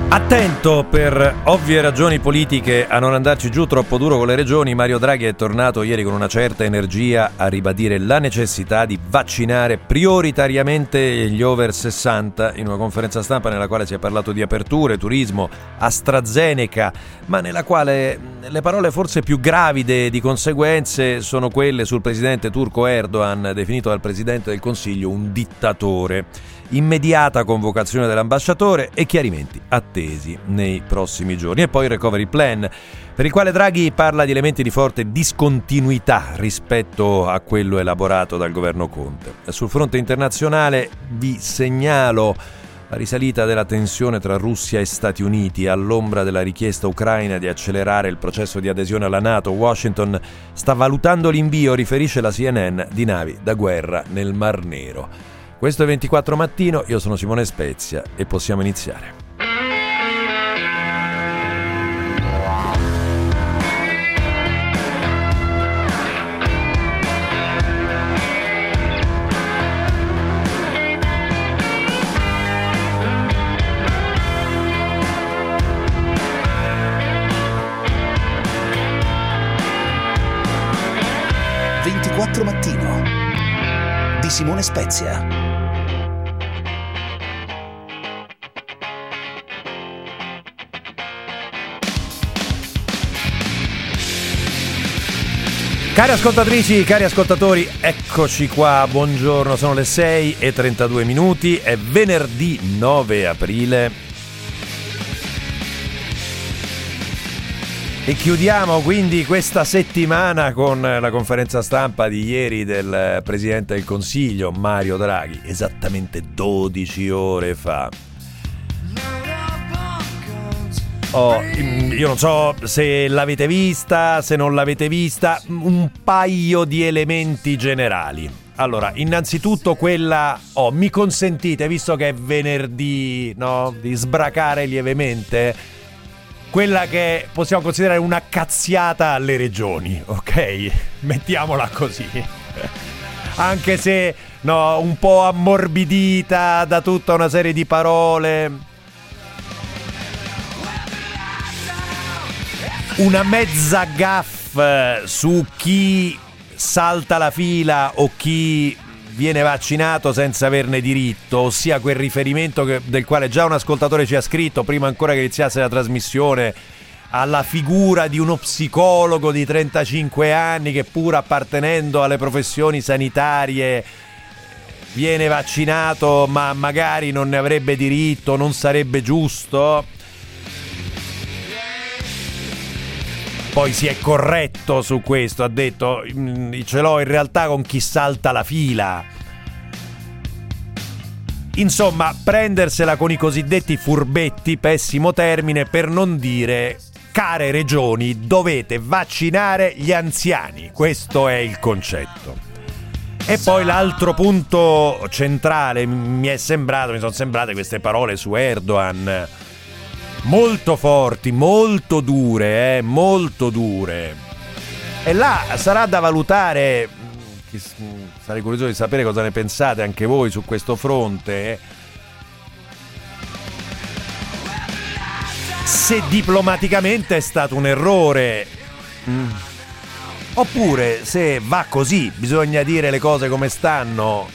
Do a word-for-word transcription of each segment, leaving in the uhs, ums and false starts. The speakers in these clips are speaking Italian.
Attento, per ovvie ragioni politiche, a non andarci giù troppo duro con le regioni, Mario Draghi è tornato ieri con una certa energia a ribadire la necessità di vaccinare prioritariamente gli over sessanta in una conferenza stampa nella quale si è parlato di aperture, turismo, AstraZeneca, ma nella quale le parole forse più gravide di conseguenze sono quelle sul presidente turco Erdogan, definito dal presidente del Consiglio un dittatore. Immediata convocazione dell'ambasciatore e chiarimenti attesi nei prossimi giorni. E poi il recovery plan, per il quale Draghi parla di elementi di forte discontinuità rispetto a quello elaborato dal governo Conte. Sul fronte internazionale vi segnalo la risalita della tensione tra Russia e Stati Uniti all'ombra della richiesta ucraina di accelerare il processo di adesione alla NATO. Washington sta valutando l'invio, riferisce la C N N, di navi da guerra nel Mar Nero. Questo è ventiquattro Mattino, io sono Simone Spezia e possiamo iniziare. ventiquattro Mattino di Simone Spezia. Cari ascoltatrici, cari ascoltatori, eccoci qua, buongiorno, sono le sei e trentadue minuti, è venerdì nove aprile e chiudiamo quindi questa settimana con la conferenza stampa di ieri del Presidente del Consiglio, Mario Draghi, esattamente dodici ore fa. Oh, io non so se l'avete vista, se non l'avete vista, un paio di elementi generali. Allora, innanzitutto quella, oh, mi consentite, visto che è venerdì, no, di sbracare lievemente, quella che possiamo considerare una cazziata alle regioni, ok? Mettiamola così. Anche se, no, un po' ammorbidita da tutta una serie di parole. Una mezza gaffe su chi salta la fila o chi viene vaccinato senza averne diritto, ossia quel riferimento che, del quale già un ascoltatore ci ha scritto prima ancora che iniziasse la trasmissione, alla figura di uno psicologo di trentacinque anni che, pur appartenendo alle professioni sanitarie, viene vaccinato ma magari non ne avrebbe diritto, non sarebbe giusto. Poi si è corretto su questo, ha detto ce l'ho in realtà con chi salta la fila. Insomma, prendersela con i cosiddetti furbetti, pessimo termine, per non dire care regioni, dovete vaccinare gli anziani. Questo è il concetto. E poi l'altro punto centrale, mi è sembrato, mi sono sembrate queste parole su Erdogan, molto forti, molto dure, eh, molto dure. E là sarà da valutare, sarei curioso di sapere cosa ne pensate anche voi su questo fronte, se diplomaticamente è stato un errore, mm. oppure se va così, bisogna dire le cose come stanno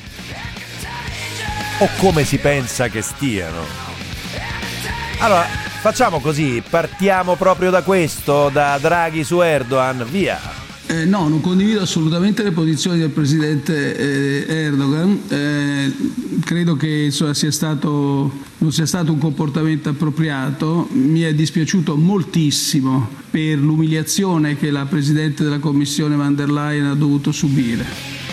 o come si pensa che stiano. Allora, facciamo così, partiamo proprio da questo, da Draghi su Erdogan, via. Eh, no, non condivido assolutamente le posizioni del presidente eh, Erdogan. Eh, credo che insomma, sia stato, non sia stato un comportamento appropriato. Mi è dispiaciuto moltissimo per l'umiliazione che la Presidente della Commissione von der Leyen ha dovuto subire.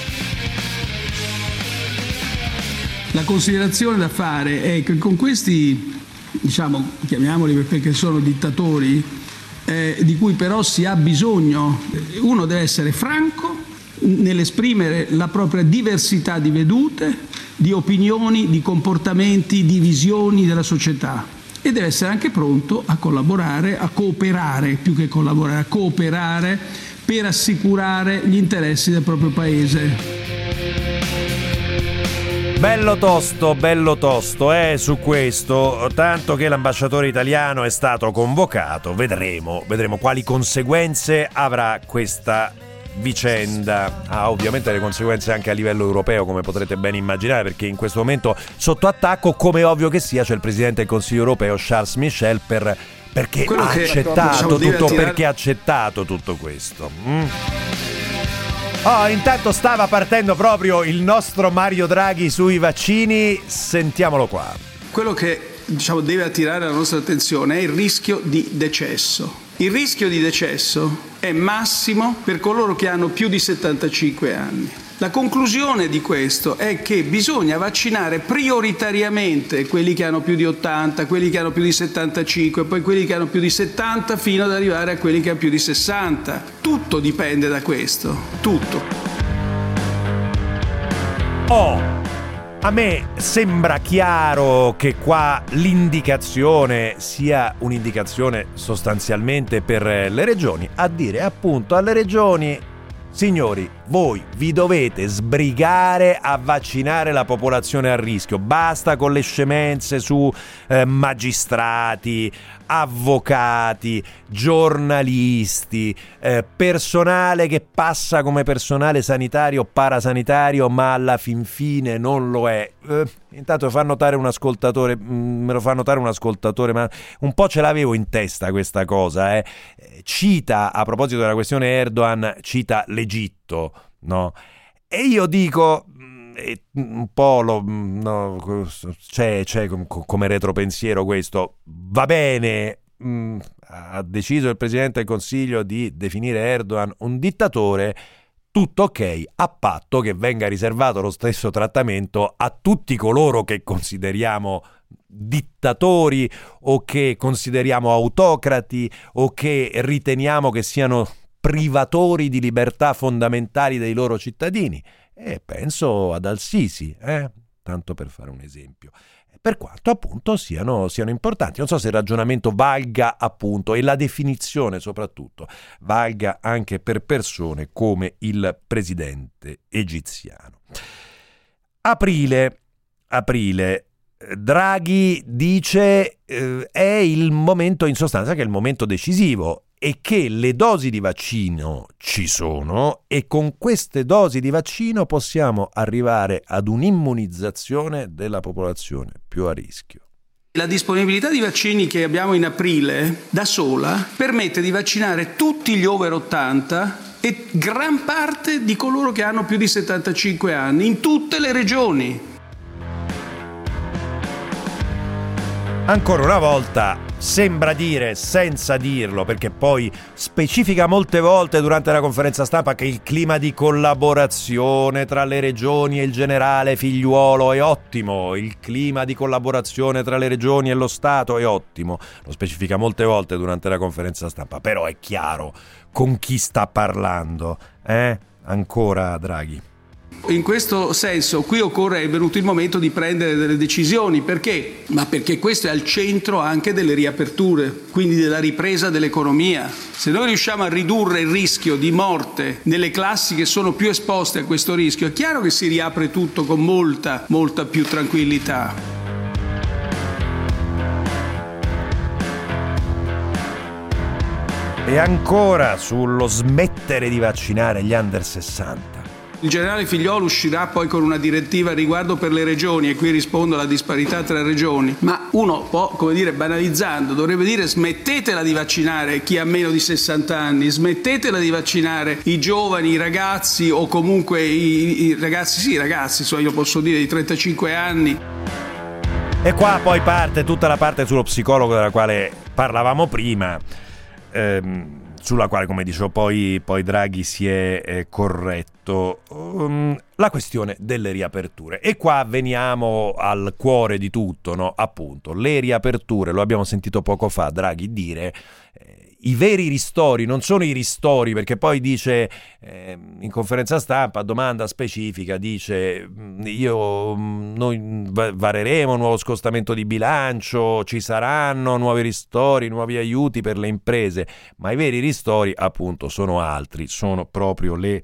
La considerazione da fare è che con questi, diciamo, chiamiamoli perché sono dittatori, eh, di cui però si ha bisogno, uno deve essere franco nell'esprimere la propria diversità di vedute, di opinioni, di comportamenti, di visioni della società, e deve essere anche pronto a collaborare, a cooperare, più che collaborare, a cooperare per assicurare gli interessi del proprio paese. Bello tosto, bello tosto, eh, su questo, tanto che l'ambasciatore italiano è stato convocato, vedremo, vedremo quali conseguenze avrà questa vicenda. Ha ah, ovviamente le conseguenze anche a livello europeo, come potrete ben immaginare, perché in questo momento sotto attacco, come ovvio che sia, c'è il Presidente del Consiglio europeo Charles Michel per, perché Quello ha che, accettato diciamo, tutto, attirare... perché ha accettato tutto questo. Mm. Oh, intanto stava partendo proprio il nostro Mario Draghi sui vaccini, sentiamolo qua. Quello che, diciamo, deve attirare la nostra attenzione è il rischio di decesso. Il rischio di decesso è massimo per coloro che hanno più di settantacinque anni. La conclusione di questo è che bisogna vaccinare prioritariamente quelli che hanno più di ottanta, quelli che hanno più di settantacinque, poi quelli che hanno più di settanta, fino ad arrivare a quelli che hanno più di sessanta. Tutto dipende da questo, tutto. Oh! A me sembra chiaro che qua l'indicazione sia un'indicazione sostanzialmente per le regioni, a dire appunto alle regioni: signori, voi vi dovete sbrigare a vaccinare la popolazione a rischio, basta con le scemenze su eh, magistrati, avvocati, giornalisti, eh, personale che passa come personale sanitario o parasanitario ma alla fin fine non lo è. Eh, intanto fa notare un ascoltatore, mh, me lo fa notare un ascoltatore, ma un po' ce l'avevo in testa questa cosa, eh. Cita, a proposito della questione Erdogan, cita l'Egitto, no? E io dico, un po' lo, no, c'è, c'è come retropensiero questo, va bene, mh, ha deciso il Presidente del Consiglio di definire Erdogan un dittatore, tutto ok, a patto che venga riservato lo stesso trattamento a tutti coloro che consideriamo dittatori o che consideriamo autocrati o che riteniamo che siano privatori di libertà fondamentali dei loro cittadini. E penso ad Al-Sisi, eh? Tanto per fare un esempio, per quanto appunto siano, siano importanti. Non so se il ragionamento valga appunto, e la definizione soprattutto valga anche per persone come il presidente egiziano. Aprile, aprile, Draghi dice eh, è il momento, in sostanza, che è il momento decisivo e che le dosi di vaccino ci sono e con queste dosi di vaccino possiamo arrivare ad un'immunizzazione della popolazione più a rischio. La disponibilità di vaccini che abbiamo in aprile da sola permette di vaccinare tutti gli over ottanta e gran parte di coloro che hanno più di settantacinque anni in tutte le regioni. Ancora una volta sembra dire senza dirlo, perché poi specifica molte volte durante la conferenza stampa che il clima di collaborazione tra le regioni e il generale Figliuolo è ottimo, il clima di collaborazione tra le regioni e lo Stato è ottimo, lo specifica molte volte durante la conferenza stampa, però è chiaro con chi sta parlando, eh? Ancora Draghi. In questo senso qui occorre, è venuto il momento di prendere delle decisioni. Perché? Ma perché questo è al centro anche delle riaperture, quindi della ripresa dell'economia. Se noi riusciamo a ridurre il rischio di morte nelle classi che sono più esposte a questo rischio, è chiaro che si riapre tutto con molta, molta più tranquillità. E ancora sullo smettere di vaccinare gli under sessanta. Il generale Figliuolo uscirà poi con una direttiva a riguardo per le regioni, e qui rispondo alla disparità tra regioni, ma uno può, come dire, banalizzando, dovrebbe dire: smettetela di vaccinare chi ha meno di sessanta anni, smettetela di vaccinare i giovani, i ragazzi, o comunque i, i ragazzi, sì ragazzi, so, io posso dire di trentacinque anni. E qua poi parte tutta la parte sullo psicologo della quale parlavamo prima, ehm, sulla quale, come dicevo, poi, poi Draghi si è eh, corretto, um, la questione delle riaperture. E qua veniamo al cuore di tutto, no? Appunto, le riaperture, lo abbiamo sentito poco fa Draghi dire, eh, i veri ristori non sono i ristori, perché poi dice eh, in conferenza stampa, domanda specifica, dice io noi vareremo un nuovo scostamento di bilancio, ci saranno nuovi ristori, nuovi aiuti per le imprese, ma i veri ristori appunto sono altri, sono proprio le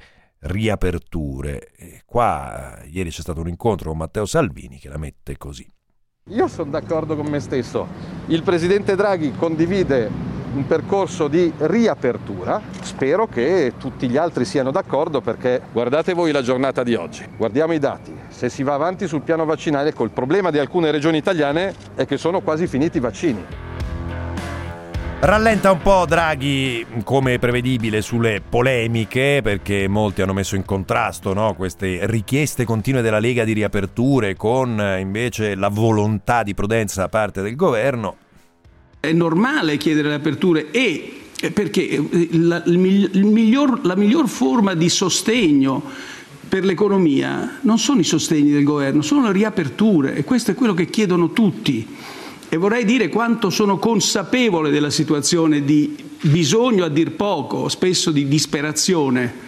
riaperture. E qua eh, ieri c'è stato un incontro con Matteo Salvini che la mette così. Io sono d'accordo con me stesso. Il presidente Draghi condivide un percorso di riapertura. Spero che tutti gli altri siano d'accordo, perché guardate voi la giornata di oggi, guardiamo i dati. Se si va avanti sul piano vaccinale, ecco, il problema di alcune regioni italiane è che sono quasi finiti i vaccini. Rallenta un po' Draghi, come prevedibile, sulle polemiche, perché molti hanno messo in contrasto, no, queste richieste continue della Lega di riaperture con invece la volontà di prudenza da parte del governo. È normale chiedere le aperture e perché la, il miglior, la miglior forma di sostegno per l'economia non sono i sostegni del governo, sono le riaperture, e questo è quello che chiedono tutti. E vorrei dire quanto sono consapevole della situazione di bisogno, a dir poco, spesso di disperazione.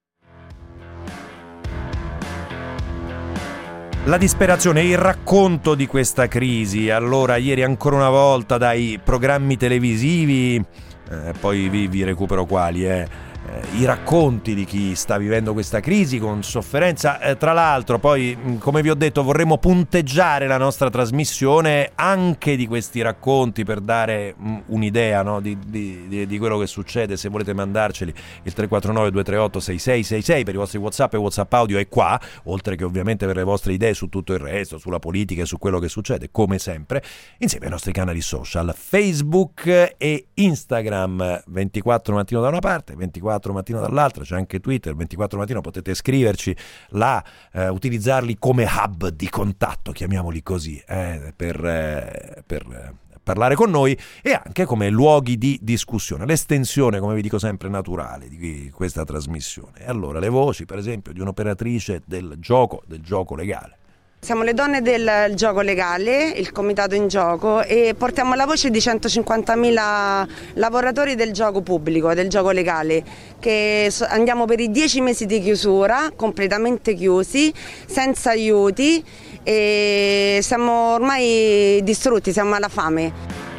La disperazione, il racconto di questa crisi. Allora, ieri ancora una volta dai programmi televisivi, eh, poi vi, vi recupero quali, eh. Eh, i racconti di chi sta vivendo questa crisi con sofferenza. Eh, tra l'altro poi, come vi ho detto, vorremmo punteggiare la nostra trasmissione anche di questi racconti per dare mh, un'idea, no, di, di, di, di quello che succede. Se volete mandarceli, il tre quattro nove due tre otto sei sei sei sei per i vostri WhatsApp e WhatsApp audio è qua, oltre che ovviamente per le vostre idee su tutto il resto, sulla politica e su quello che succede, come sempre, insieme ai nostri canali social Facebook e Instagram. Ventiquattro mattino da una parte, ventiquattro mattino dall'altra, c'è anche Twitter. Ventiquattro mattino potete scriverci là, eh, utilizzarli come hub di contatto, chiamiamoli così, eh, per, eh, per eh, parlare con noi, e anche come luoghi di discussione, l'estensione, come vi dico sempre, naturale di questa trasmissione. E allora le voci, per esempio, di un'operatrice del gioco, del gioco legale. Siamo le donne del gioco legale, il comitato in gioco, e portiamo la voce di centocinquantamila lavoratori del gioco pubblico, del gioco legale, che andiamo per i dieci mesi di chiusura, completamente chiusi, senza aiuti, e siamo ormai distrutti, siamo alla fame.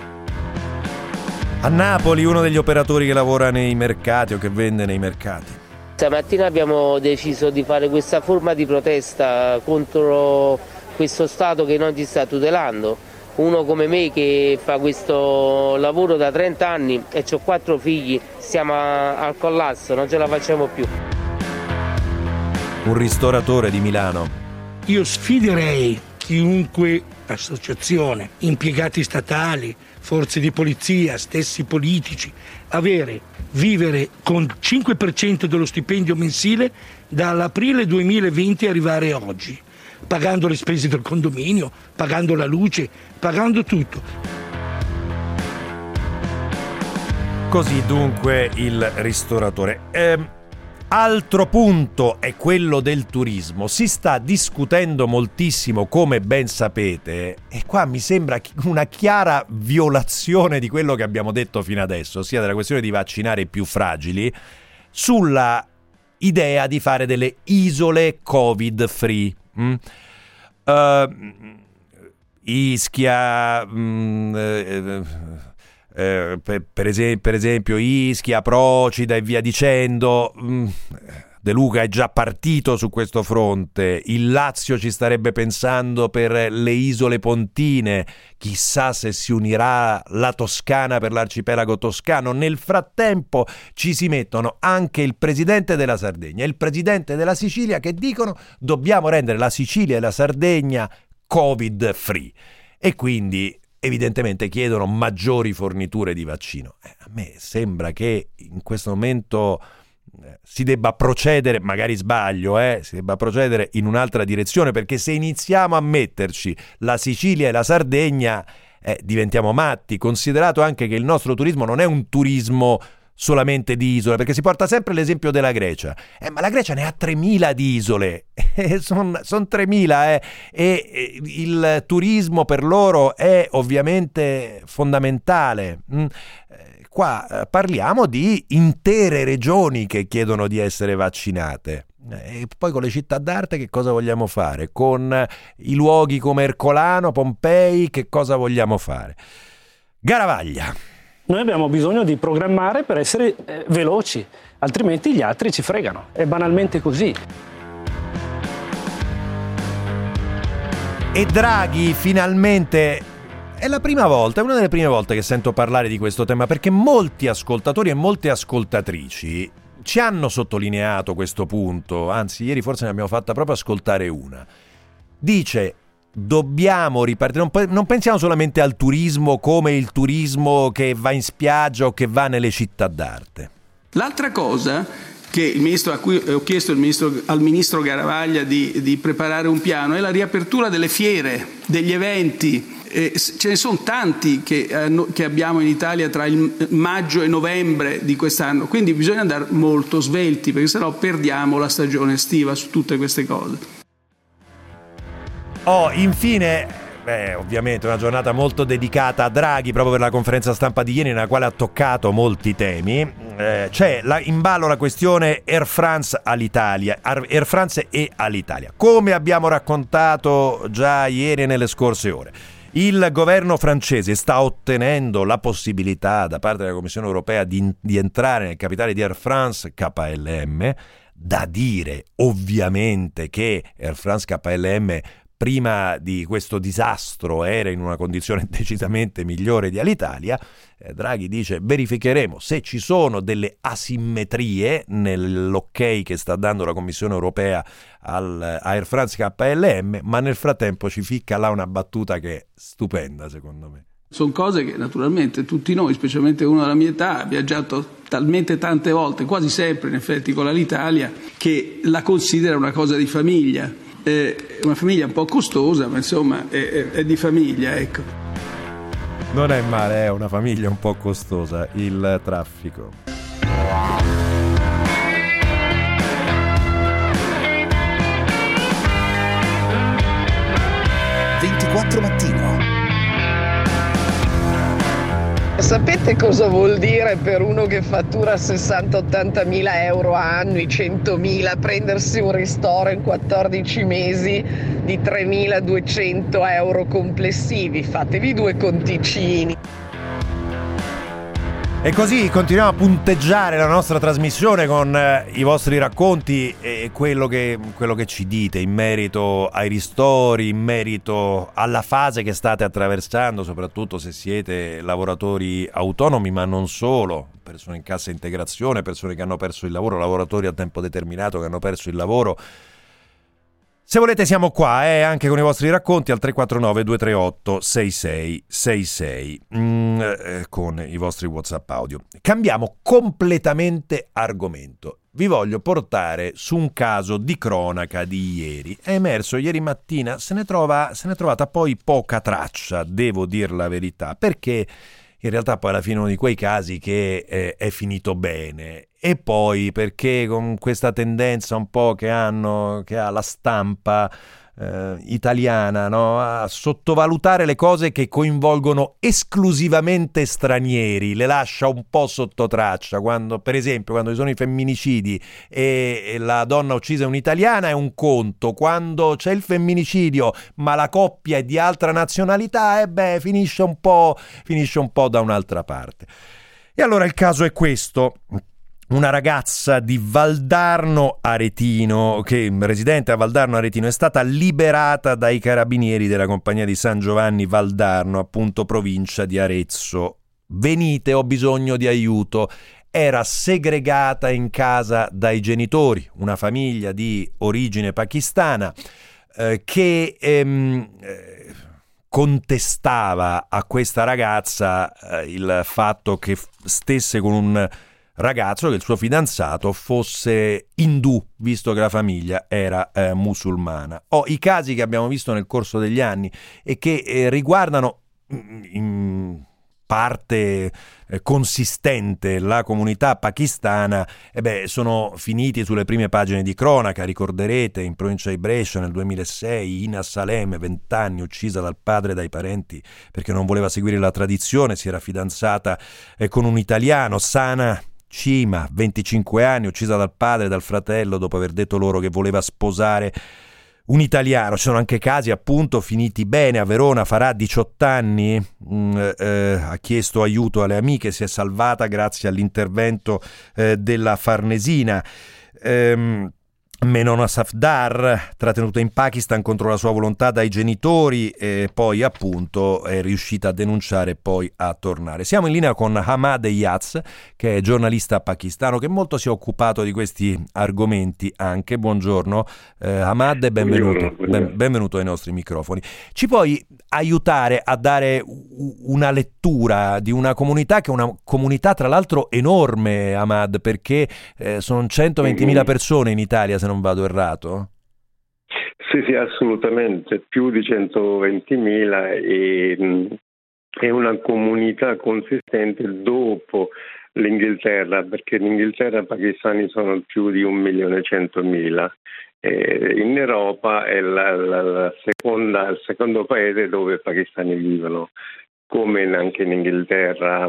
A Napoli uno degli operatori che lavora nei mercati o che vende nei mercati. Stamattina abbiamo deciso di fare questa forma di protesta contro questo Stato che non ci sta tutelando. Uno come me che fa questo lavoro da trenta anni e ho quattro figli, siamo al collasso, non ce la facciamo più. Un ristoratore di Milano. Io sfiderei chiunque associazione, impiegati statali, forze di polizia, stessi politici, avere, vivere con cinque per cento dello stipendio mensile dall'aprile duemilaventi arrivare a oggi, pagando le spese del condominio, pagando la luce, pagando tutto. Così dunque il ristoratore. Eh, altro punto è quello del turismo. Si sta discutendo moltissimo, come ben sapete, e qua mi sembra una chiara violazione di quello che abbiamo detto fino adesso, ossia della questione di vaccinare i più fragili, sulla idea di fare delle isole covid free. Mm? Uh, Ischia, mm, eh, Eh, per, per, esempio, per esempio Ischia, Procida e via dicendo. De Luca è già partito su questo fronte. Il Lazio ci starebbe pensando per le isole pontine, chissà se si unirà la Toscana per l'arcipelago toscano. Nel frattempo ci si mettono anche il presidente della Sardegna e il presidente della Sicilia che dicono: dobbiamo rendere la Sicilia e la Sardegna covid free, e quindi evidentemente chiedono maggiori forniture di vaccino. Eh, a me sembra che in questo momento eh, si debba procedere, magari sbaglio, eh, si debba procedere in un'altra direzione, perché se iniziamo a metterci la Sicilia e la Sardegna eh, diventiamo matti, considerato anche che il nostro turismo non è un turismo solamente di isole, perché si porta sempre l'esempio della Grecia, eh, ma la Grecia ne ha tremila di isole, sono son tremila, eh, e, e il turismo per loro è ovviamente fondamentale. Mm. Eh, qua eh, parliamo di intere regioni che chiedono di essere vaccinate. E poi con le città d'arte che cosa vogliamo fare? Con i luoghi come Ercolano, Pompei, che cosa vogliamo fare? Garavaglia. Noi abbiamo bisogno di programmare per essere eh, veloci, altrimenti gli altri ci fregano. È banalmente così. E Draghi finalmente, è la prima volta, è una delle prime volte che sento parlare di questo tema, perché molti ascoltatori e molte ascoltatrici ci hanno sottolineato questo punto, anzi ieri forse ne abbiamo fatta proprio ascoltare una. Dice: dobbiamo ripartire, non, non pensiamo solamente al turismo come il turismo che va in spiaggia o che va nelle città d'arte. L'altra cosa che il ministro, a cui ho chiesto il ministro, al ministro Garavaglia di, di preparare un piano è la riapertura delle fiere, degli eventi. Eh, ce ne sono tanti che, eh, che abbiamo in Italia tra il maggio e novembre di quest'anno, quindi bisogna andare molto svelti, perché sennò perdiamo la stagione estiva su tutte queste cose. Oh, infine, beh, ovviamente una giornata molto dedicata a Draghi proprio per la conferenza stampa di ieri, nella quale ha toccato molti temi. Eh, c'è la, in ballo la questione Air France all'Italia, Air France e all'Italia. Come abbiamo raccontato già ieri e nelle scorse ore, il governo francese sta ottenendo la possibilità da parte della Commissione europea di, di entrare nel capitale di Air France K L M. Da dire ovviamente che Air France K L M prima di questo disastro era in una condizione decisamente migliore di Alitalia. eh, Draghi dice: verificheremo se ci sono delle asimmetrie nell'ok che sta dando la Commissione europea al, a Air France K L M, ma nel frattempo ci ficca là una battuta che è stupenda secondo me. Sono cose che naturalmente tutti noi, specialmente uno della mia età, ha viaggiato talmente tante volte, quasi sempre in effetti con l'Alitalia, che la considera una cosa di famiglia. È una famiglia un po' costosa, ma insomma è, è, è di famiglia, ecco. Non è male, è una famiglia un po' costosa, il traffico. ventiquattro mattino. Sapete cosa vuol dire per uno che fattura sessanta ottanta mila euro annui, centomila, prendersi un ristoro in quattordici mesi di tremiladuecento euro complessivi? Fatevi due conticini. E così continuiamo a punteggiare la nostra trasmissione con eh, i vostri racconti e quello che, quello che ci dite in merito ai ristori, in merito alla fase che state attraversando, soprattutto se siete lavoratori autonomi, ma non solo, persone in cassa integrazione, persone che hanno perso il lavoro, lavoratori a tempo determinato che hanno perso il lavoro. Se volete siamo qua, eh, anche con i vostri racconti al tre quattro nove due tre otto sei sei sei sei mm, eh, con i vostri WhatsApp audio. Cambiamo completamente argomento. Vi voglio portare su un caso di cronaca di ieri. È emerso ieri mattina, se ne trova, se ne è trovata poi poca traccia, devo dir la verità, perché in realtà poi alla fine è uno di quei casi che eh, è finito bene. E poi perché con questa tendenza un po' che hanno, che ha la stampa eh, italiana, no? A sottovalutare le cose che coinvolgono esclusivamente stranieri, le lascia un po' sotto traccia. Quando, per esempio, quando ci sono i femminicidi e, e la donna uccisa è un'italiana è un conto, quando c'è il femminicidio ma la coppia è di altra nazionalità, e eh beh, finisce un po', finisce un po' da un'altra parte. E allora il caso è questo. Una ragazza di Valdarno Aretino, che residente a Valdarno Aretino, è stata liberata dai carabinieri della compagnia di San Giovanni Valdarno, appunto provincia di Arezzo. Venite, ho bisogno di aiuto. Era segregata in casa dai genitori, una famiglia di origine pakistana eh, che ehm, eh, contestava a questa ragazza eh, il fatto che stesse con un ragazzo, che il suo fidanzato fosse indù, visto che la famiglia era eh, musulmana. O oh, i casi che abbiamo visto nel corso degli anni e che eh, riguardano in parte eh, consistente la comunità pakistana, eh beh, sono finiti sulle prime pagine di cronaca. Ricorderete in provincia di Brescia nel duemilasei Ina Salem, venti anni, uccisa dal padre e dai parenti perché non voleva seguire la tradizione, si era fidanzata eh, con un italiano. Sana Cima, venticinque anni, uccisa dal padre e dal fratello dopo aver detto loro che voleva sposare un italiano, ci sono anche casi appunto finiti bene. A Verona Farah, diciotto anni, mh, eh, ha chiesto aiuto alle amiche, si è salvata grazie all'intervento eh, della Farnesina. Ehm, Menona Safdar, trattenuta in Pakistan contro la sua volontà dai genitori, e poi appunto è riuscita a denunciare e poi a tornare. Siamo in linea con Ahmad Eyaz, che è giornalista pakistano che molto si è occupato di questi argomenti anche. Buongiorno eh, Ahmad e benvenuto. Ben, benvenuto ai nostri microfoni. Ci puoi aiutare a dare una lettura di una comunità che è una comunità tra l'altro enorme, Ahmad, perché eh, sono centoventimila persone in Italia, se non vado errato? Sì, sì, assolutamente, più di centoventimila, e mh, è una comunità consistente dopo l'Inghilterra, perché in Inghilterra i pakistani sono più di un milione e centomila. Eh, in Europa è la, la, la seconda, il secondo paese dove i pakistani vivono, come anche in Inghilterra.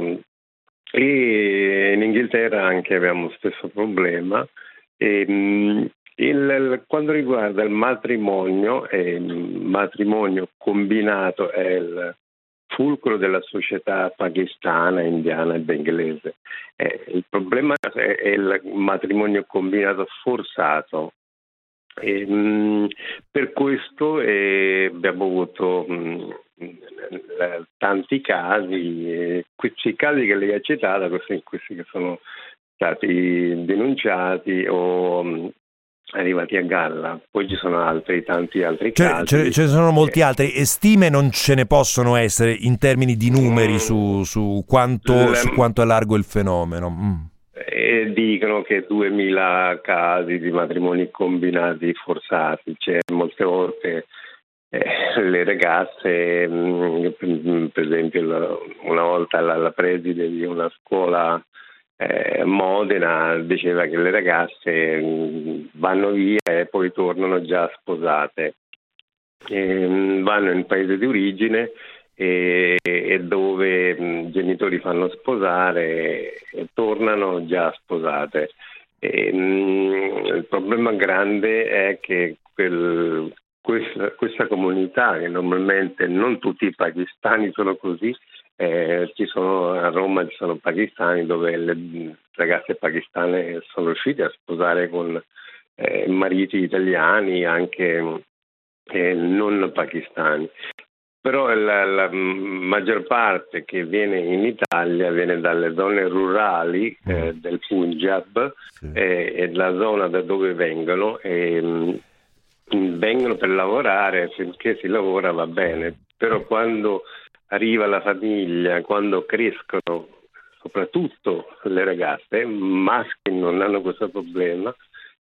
E in Inghilterra anche abbiamo lo stesso problema. E, mh, Il, quando riguarda il matrimonio, eh, il matrimonio combinato è il fulcro della società pakistana, indiana e bengalese. Eh, il problema è, è il matrimonio combinato forzato. E, mh, per questo eh, abbiamo avuto mh, tanti casi, eh, questi casi che lei ha citato, questi, questi che sono stati denunciati o mh, arrivati a galla. Poi ci sono altri, tanti altri cioè, casi. Ce, ce ne sono molti altri, e stime non ce ne possono essere in termini di numeri mm. su, su, quanto, Le... su quanto è largo il fenomeno. Mm. E dicono che duemila casi di matrimoni combinati forzati. C'è molte volte eh, le ragazze, mh, per esempio una volta la, la preside di una scuola Eh, Modena diceva che le ragazze mh, vanno via e poi tornano già sposate, e, mh, vanno in paese di origine e, e dove i genitori fanno sposare e tornano già sposate. E, mh, il problema grande è che quel, questa, questa comunità, che normalmente non tutti i pakistani sono così, Eh, ci sono a Roma ci sono pakistani dove le ragazze pakistane sono riuscite a sposare con eh, mariti italiani, anche eh, non pakistani, però la, la maggior parte che viene in Italia viene dalle zone rurali eh, del Punjab, sì. eh, e la zona da dove vengono, e mh, vengono per lavorare. Finché si lavora va bene, però quando arriva la famiglia, quando crescono, soprattutto le ragazze, maschi non hanno questo problema,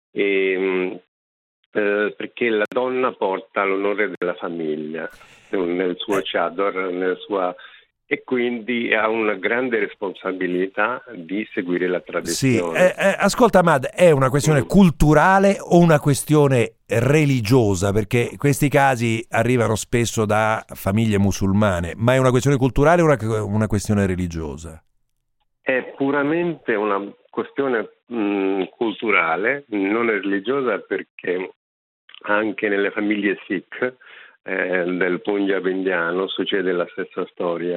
e, eh, perché la donna porta l'onore della famiglia nel suo chador, nel sua, e quindi ha una grande responsabilità di seguire la tradizione. Sì, eh, eh, ascolta Ahmad, è una questione mm. culturale o una questione religiosa? Perché questi casi arrivano spesso da famiglie musulmane, ma è una questione culturale o una, una questione religiosa? È puramente una questione mh, culturale, non è religiosa, perché anche nelle famiglie Sikh eh, del Punjab indiano succede la stessa storia,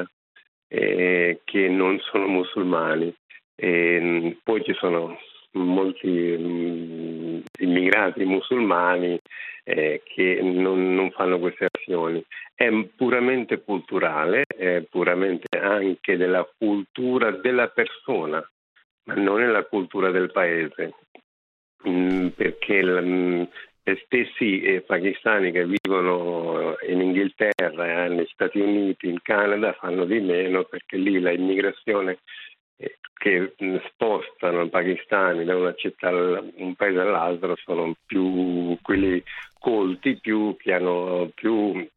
eh, che non sono musulmani. E, mh, poi ci sono molti mh, immigrati musulmani eh, che non, non fanno queste azioni. È puramente culturale, è puramente anche della cultura della persona, ma non è la cultura del paese, mh, perché mh, gli stessi eh, pakistani che vivono in Inghilterra, eh, negli Stati Uniti, in Canada fanno di meno, perché lì la immigrazione che spostano i pakistani da una città, un paese all'altro, sono più quelli colti, più che hanno più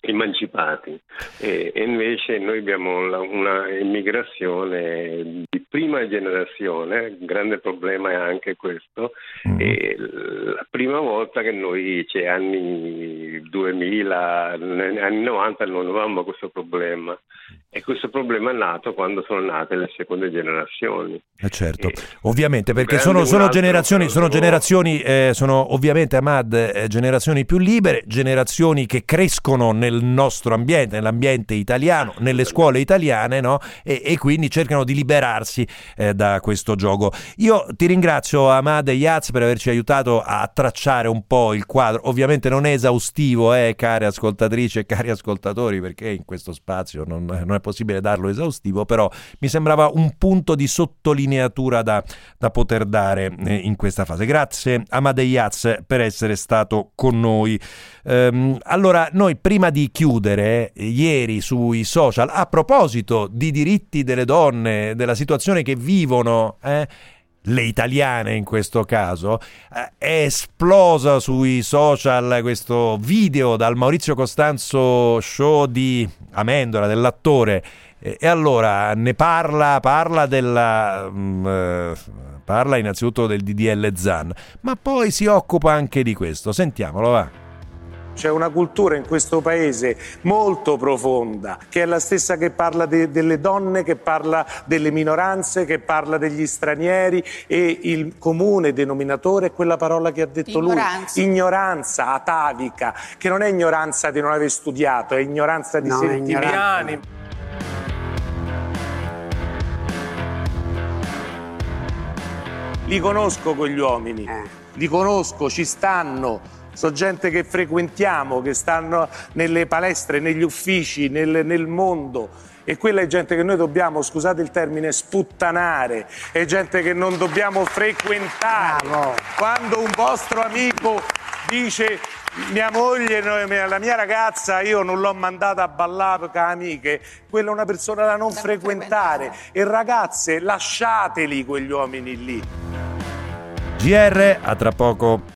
emancipati, e, e invece noi abbiamo la, una immigrazione di prima generazione, il grande problema è anche questo, mm. e la prima volta che noi, cioè anni duemila, anni novanta, non avevamo questo problema, e questo problema è nato quando sono nate le seconde generazioni. Eh certo, e ovviamente, perché sono, sono generazioni, sono generazioni, eh, sono ovviamente, Ahmad, eh, generazioni più libere, generazioni che crescono nel nostro ambiente, nell'ambiente italiano, nelle scuole italiane, no? E, e quindi cercano di liberarsi eh, da questo gioco. Io ti ringrazio, Ahmad Eyaz, per averci aiutato a tracciare un po' il quadro. Ovviamente non è esaustivo, eh, care ascoltatrici e cari ascoltatori, perché in questo spazio non, non è possibile darlo esaustivo, però mi sembrava un punto di sottolineatura da, da poter dare eh, in questa fase. Grazie Ahmad Eyaz per essere stato con noi. Ehm, allora, noi prima di chiudere, eh, ieri sui social, a proposito di diritti delle donne, della situazione che vivono eh, le italiane in questo caso, eh, è esplosa sui social questo video dal Maurizio Costanzo show di Amendola, dell'attore, eh, e allora ne parla, parla della mh, eh, parla innanzitutto del D D L Zan, ma poi si occupa anche di questo. Sentiamolo, va. C'è una cultura in questo paese molto profonda, che è la stessa che parla de- delle donne, che parla delle minoranze, che parla degli stranieri, e il comune denominatore è quella parola che ha detto ignoranza. lui, ignoranza atavica, che non è ignoranza di non aver studiato, è ignoranza di no, sentimenti. Li conosco quegli uomini, eh. li conosco, ci stanno. Sono gente che frequentiamo, che stanno nelle palestre, negli uffici, nel, nel mondo, e quella è gente che noi dobbiamo, scusate il termine, sputtanare, è gente che non dobbiamo frequentare. Bravo. Quando un vostro amico dice mia moglie, la mia ragazza, io non l'ho mandata a ballare con amiche, quella è una persona da non da frequentare. frequentare. E ragazze, lasciateli quegli uomini lì. G R, a tra poco.